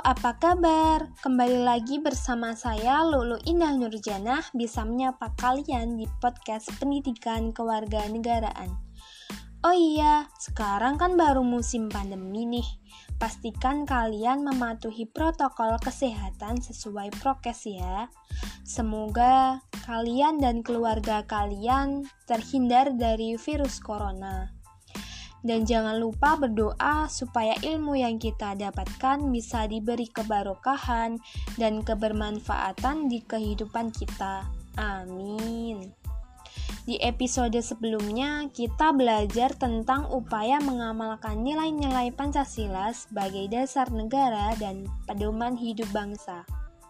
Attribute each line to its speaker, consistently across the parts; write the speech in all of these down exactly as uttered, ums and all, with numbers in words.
Speaker 1: apa kabar? Kembali lagi bersama saya Lulu Indah Nurjanah bisa menyapa kalian di podcast Pendidikan Kewarganegaraan. Oh iya, sekarang kan baru musim pandemi nih. Pastikan kalian mematuhi protokol kesehatan sesuai prokes ya. Semoga kalian dan keluarga kalian terhindar dari virus corona. Dan jangan lupa berdoa supaya ilmu yang kita dapatkan bisa diberi kebarokahan dan kebermanfaatan di kehidupan kita. Amin. Di episode sebelumnya, kita belajar tentang upaya mengamalkan nilai-nilai Pancasila sebagai dasar negara dan pedoman hidup bangsa,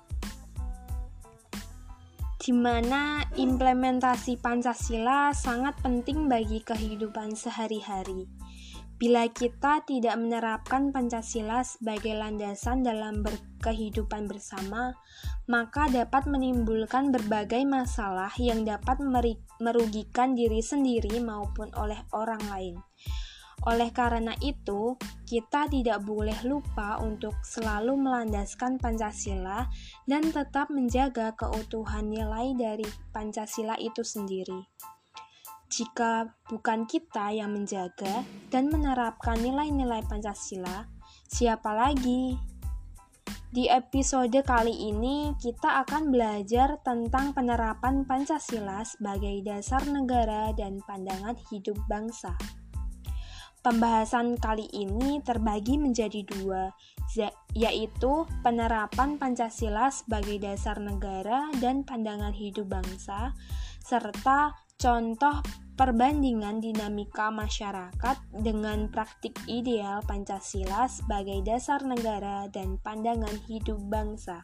Speaker 1: di mana implementasi Pancasila sangat penting bagi kehidupan sehari-hari. Bila kita tidak menerapkan Pancasila sebagai landasan dalam berkehidupan bersama, maka dapat menimbulkan berbagai masalah yang dapat merugikan diri sendiri maupun oleh orang lain. Oleh karena itu, kita tidak boleh lupa untuk selalu melandaskan Pancasila dan tetap menjaga keutuhan nilai dari Pancasila itu sendiri. Jika bukan kita yang menjaga dan menerapkan nilai-nilai Pancasila, siapa lagi? Di episode kali ini, kita akan belajar tentang penerapan Pancasila sebagai dasar negara dan pandangan hidup bangsa. Pembahasan kali ini terbagi menjadi dua, yaitu penerapan Pancasila sebagai dasar negara dan pandangan hidup bangsa, serta contoh perbandingan dinamika masyarakat dengan praktik ideal Pancasila sebagai dasar negara dan pandangan hidup bangsa.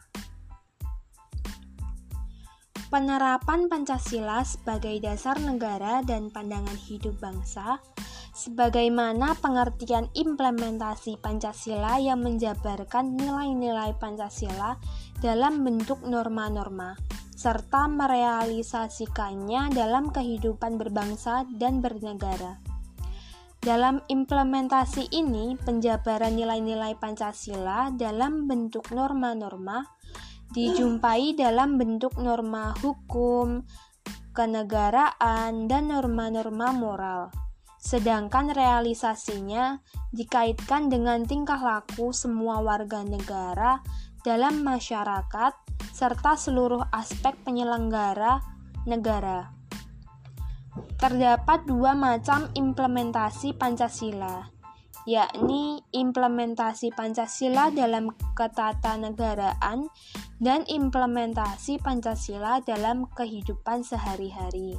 Speaker 1: Penerapan Pancasila sebagai dasar negara dan pandangan hidup bangsa, sebagaimana pengertian implementasi Pancasila yang menjabarkan nilai-nilai Pancasila dalam bentuk norma-norma, serta merealisasikannya dalam kehidupan berbangsa dan bernegara. Dalam implementasi ini, penjabaran nilai-nilai Pancasila dalam bentuk norma-norma dijumpai dalam bentuk norma hukum, kenegaraan, dan norma-norma moral. Sedangkan realisasinya dikaitkan dengan tingkah laku semua warga negara dalam masyarakat serta seluruh aspek penyelenggara negara. Terdapat dua macam implementasi Pancasila, yakni implementasi Pancasila dalam ketatanegaraan dan implementasi Pancasila dalam kehidupan sehari-hari.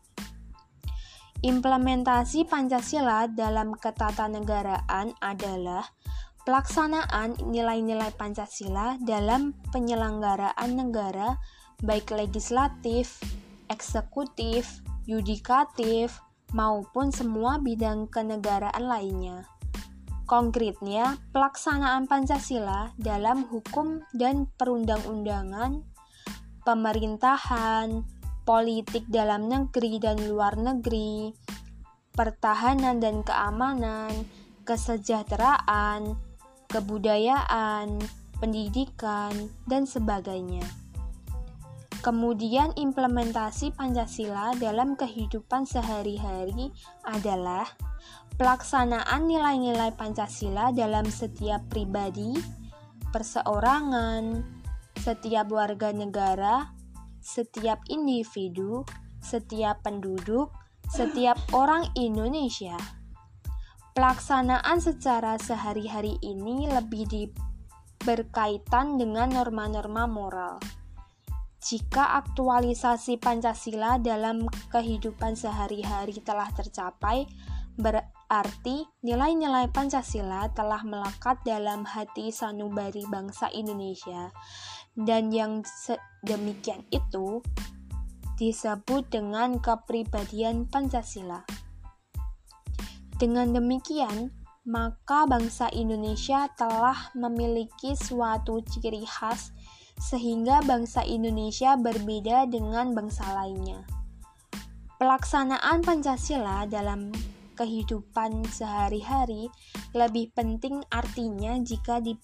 Speaker 1: Implementasi Pancasila dalam ketatanegaraan adalah pelaksanaan nilai-nilai Pancasila dalam penyelenggaraan negara, baik legislatif, eksekutif, yudikatif, maupun semua bidang kenegaraan lainnya. Konkretnya, pelaksanaan Pancasila dalam hukum dan perundang-undangan, pemerintahan, politik dalam negeri dan luar negeri, pertahanan dan keamanan, kesejahteraan, kebudayaan, pendidikan, dan sebagainya. Kemudian implementasi Pancasila dalam kehidupan sehari-hari adalah pelaksanaan nilai-nilai Pancasila dalam setiap pribadi, perseorangan, setiap warga negara, setiap individu, setiap penduduk, setiap orang Indonesia. Pelaksanaan secara sehari-hari ini lebih di, berkaitan dengan norma-norma moral. Jika aktualisasi Pancasila dalam kehidupan sehari-hari telah tercapai, berarti nilai-nilai Pancasila telah melekat dalam hati sanubari bangsa Indonesia, dan yang demikian itu disebut dengan kepribadian Pancasila. Dengan demikian, maka bangsa Indonesia telah memiliki suatu ciri khas sehingga bangsa Indonesia berbeda dengan bangsa lainnya. Pelaksanaan Pancasila dalam kehidupan sehari-hari lebih penting artinya jika di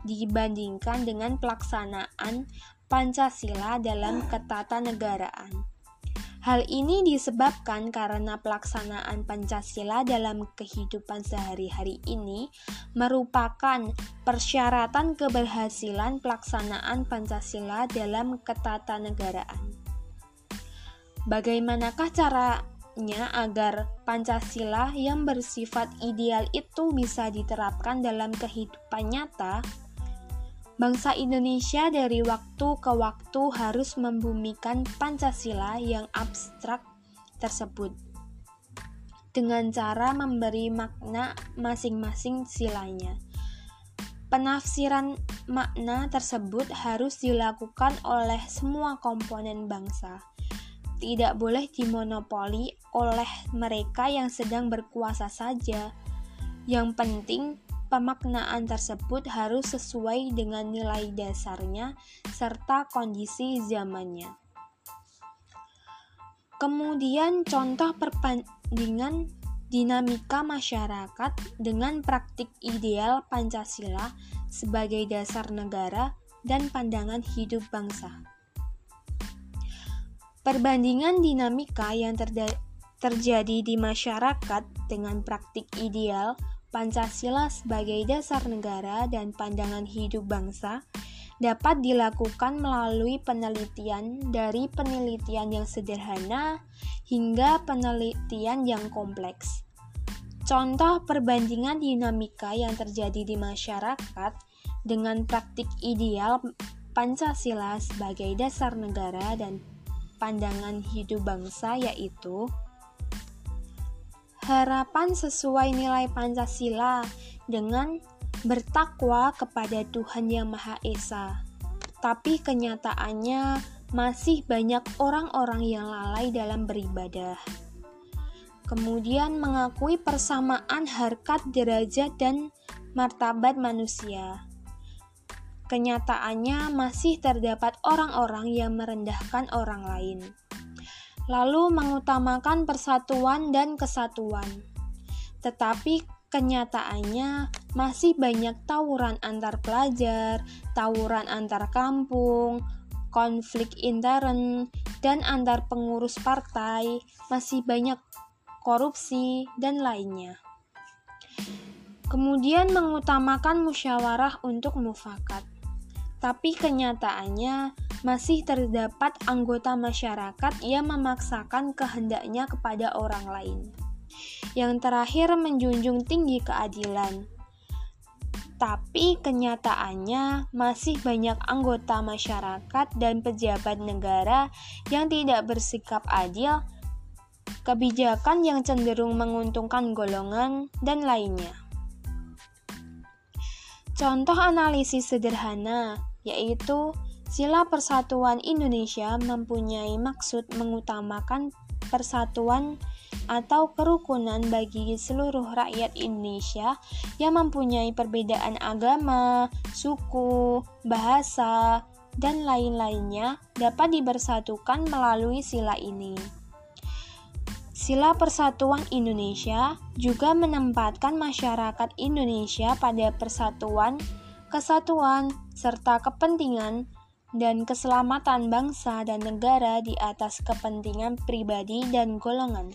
Speaker 1: dibandingkan dengan pelaksanaan Pancasila dalam ketatanegaraan. Hal ini disebabkan karena pelaksanaan Pancasila dalam kehidupan sehari-hari ini merupakan persyaratan keberhasilan pelaksanaan Pancasila dalam ketatanegaraan. Bagaimanakah caranya agar Pancasila yang bersifat ideal itu bisa diterapkan dalam kehidupan nyata? Bangsa Indonesia dari waktu ke waktu harus membumikan Pancasila yang abstrak tersebut dengan cara memberi makna masing-masing silanya. Penafsiran makna tersebut harus dilakukan oleh semua komponen bangsa. Tidak boleh dimonopoli oleh mereka yang sedang berkuasa saja. Yang penting, pemaknaan tersebut harus sesuai dengan nilai dasarnya serta kondisi zamannya. Kemudian contoh perbandingan dinamika masyarakat dengan praktik ideal Pancasila sebagai dasar negara dan pandangan hidup bangsa. Perbandingan dinamika yang terda- terjadi di masyarakat dengan praktik ideal Pancasila sebagai dasar negara dan pandangan hidup bangsa dapat dilakukan melalui penelitian dari penelitian yang sederhana hingga penelitian yang kompleks. Contoh perbandingan dinamika yang terjadi di masyarakat dengan praktik ideal Pancasila sebagai dasar negara dan pandangan hidup bangsa yaitu: harapan sesuai nilai Pancasila dengan bertakwa kepada Tuhan Yang Maha Esa. Tapi kenyataannya masih banyak orang-orang yang lalai dalam beribadah. Kemudian mengakui persamaan harkat, derajat, dan martabat manusia. Kenyataannya masih terdapat orang-orang yang merendahkan orang lain. Lalu mengutamakan persatuan dan kesatuan. Tetapi kenyataannya masih banyak tawuran antar pelajar, tawuran antar kampung, konflik intern, dan antar pengurus partai, masih banyak korupsi, dan lainnya. Kemudian mengutamakan musyawarah untuk mufakat. Tapi kenyataannya masih terdapat anggota masyarakat yang memaksakan kehendaknya kepada orang lain. Yang terakhir, menjunjung tinggi keadilan. Tapi kenyataannya masih banyak anggota masyarakat dan pejabat negara yang tidak bersikap adil, kebijakan yang cenderung menguntungkan golongan, dan lainnya. Contoh analisis sederhana yaitu Sila Persatuan Indonesia mempunyai maksud mengutamakan persatuan atau kerukunan bagi seluruh rakyat Indonesia yang mempunyai perbedaan agama, suku, bahasa, dan lain-lainnya dapat dibersatukan melalui sila ini. Sila Persatuan Indonesia juga menempatkan masyarakat Indonesia pada persatuan, kesatuan, serta kepentingan dan keselamatan bangsa dan negara di atas kepentingan pribadi dan golongan.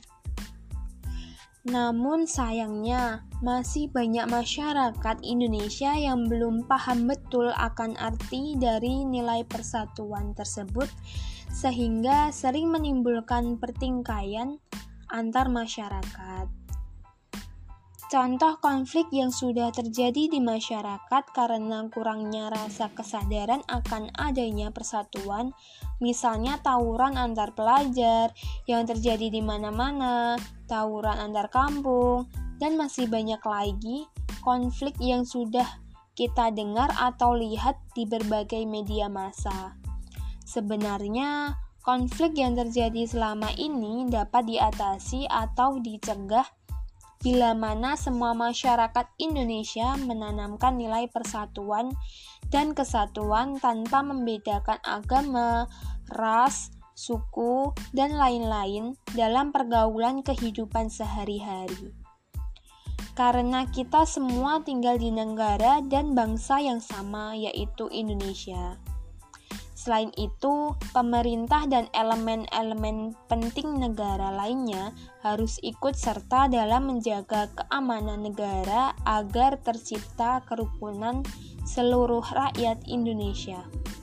Speaker 1: Namun sayangnya, masih banyak masyarakat Indonesia yang belum paham betul akan arti dari nilai persatuan tersebut, sehingga sering menimbulkan pertingkaian antar masyarakat. Contoh konflik yang sudah terjadi di masyarakat karena kurangnya rasa kesadaran akan adanya persatuan, misalnya tawuran antar pelajar yang terjadi di mana-mana, tawuran antar kampung, dan masih banyak lagi konflik yang sudah kita dengar atau lihat di berbagai media massa. Sebenarnya, konflik yang terjadi selama ini dapat diatasi atau dicegah bila mana semua masyarakat Indonesia menanamkan nilai persatuan dan kesatuan tanpa membedakan agama, ras, suku, dan lain-lain dalam pergaulan kehidupan sehari-hari. karena kita semua tinggal di negara dan bangsa yang sama, yaitu Indonesia. Selain itu, pemerintah dan elemen-elemen penting negara lainnya harus ikut serta dalam menjaga keamanan negara agar tercipta kerukunan seluruh rakyat Indonesia.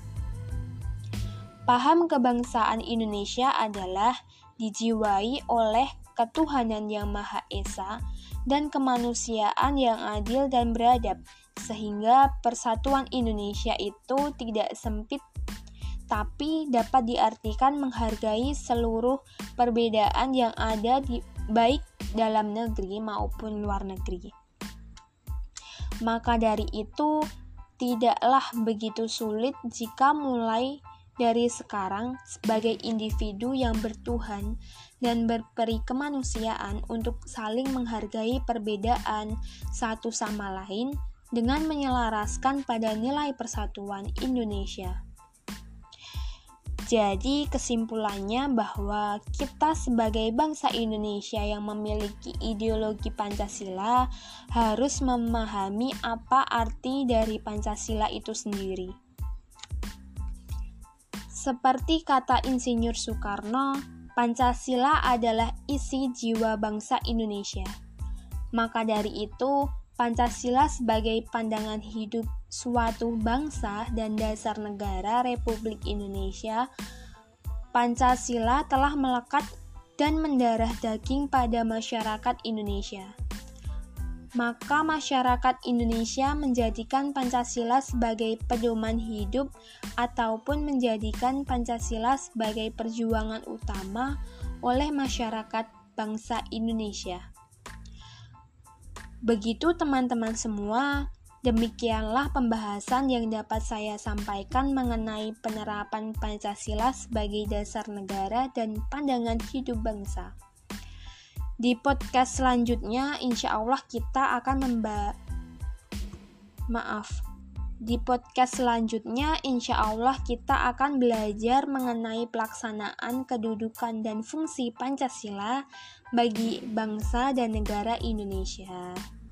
Speaker 1: Paham kebangsaan Indonesia adalah dijiwai oleh ketuhanan yang Maha Esa dan kemanusiaan yang adil dan beradab, sehingga persatuan Indonesia itu tidak sempit tapi dapat diartikan menghargai seluruh perbedaan yang ada di baik dalam negeri maupun luar negeri. Maka dari itu, tidaklah begitu sulit jika mulai dari sekarang sebagai individu yang bertuhan dan berperi kemanusiaan untuk saling menghargai perbedaan satu sama lain dengan menyelaraskan pada nilai persatuan Indonesia. Jadi kesimpulannya bahwa kita sebagai bangsa Indonesia yang memiliki ideologi Pancasila harus memahami apa arti dari Pancasila itu sendiri. Seperti kata Insinyur Soekarno, Pancasila adalah isi jiwa bangsa Indonesia. Maka dari itu, Pancasila sebagai pandangan hidup suatu bangsa dan dasar negara Republik Indonesia, Pancasila telah melekat dan mendarah daging pada masyarakat Indonesia. Maka masyarakat Indonesia menjadikan Pancasila sebagai pedoman hidup ataupun menjadikan Pancasila sebagai perjuangan utama oleh masyarakat bangsa Indonesia. Begitu teman-teman semua, demikianlah pembahasan yang dapat saya sampaikan mengenai penerapan Pancasila sebagai dasar negara dan pandangan hidup bangsa. Di podcast selanjutnya, insya Allah kita akan memba... Maaf. Di podcast selanjutnya, insya Allah kita akan belajar mengenai pelaksanaan kedudukan dan fungsi Pancasila bagi bangsa dan negara Indonesia.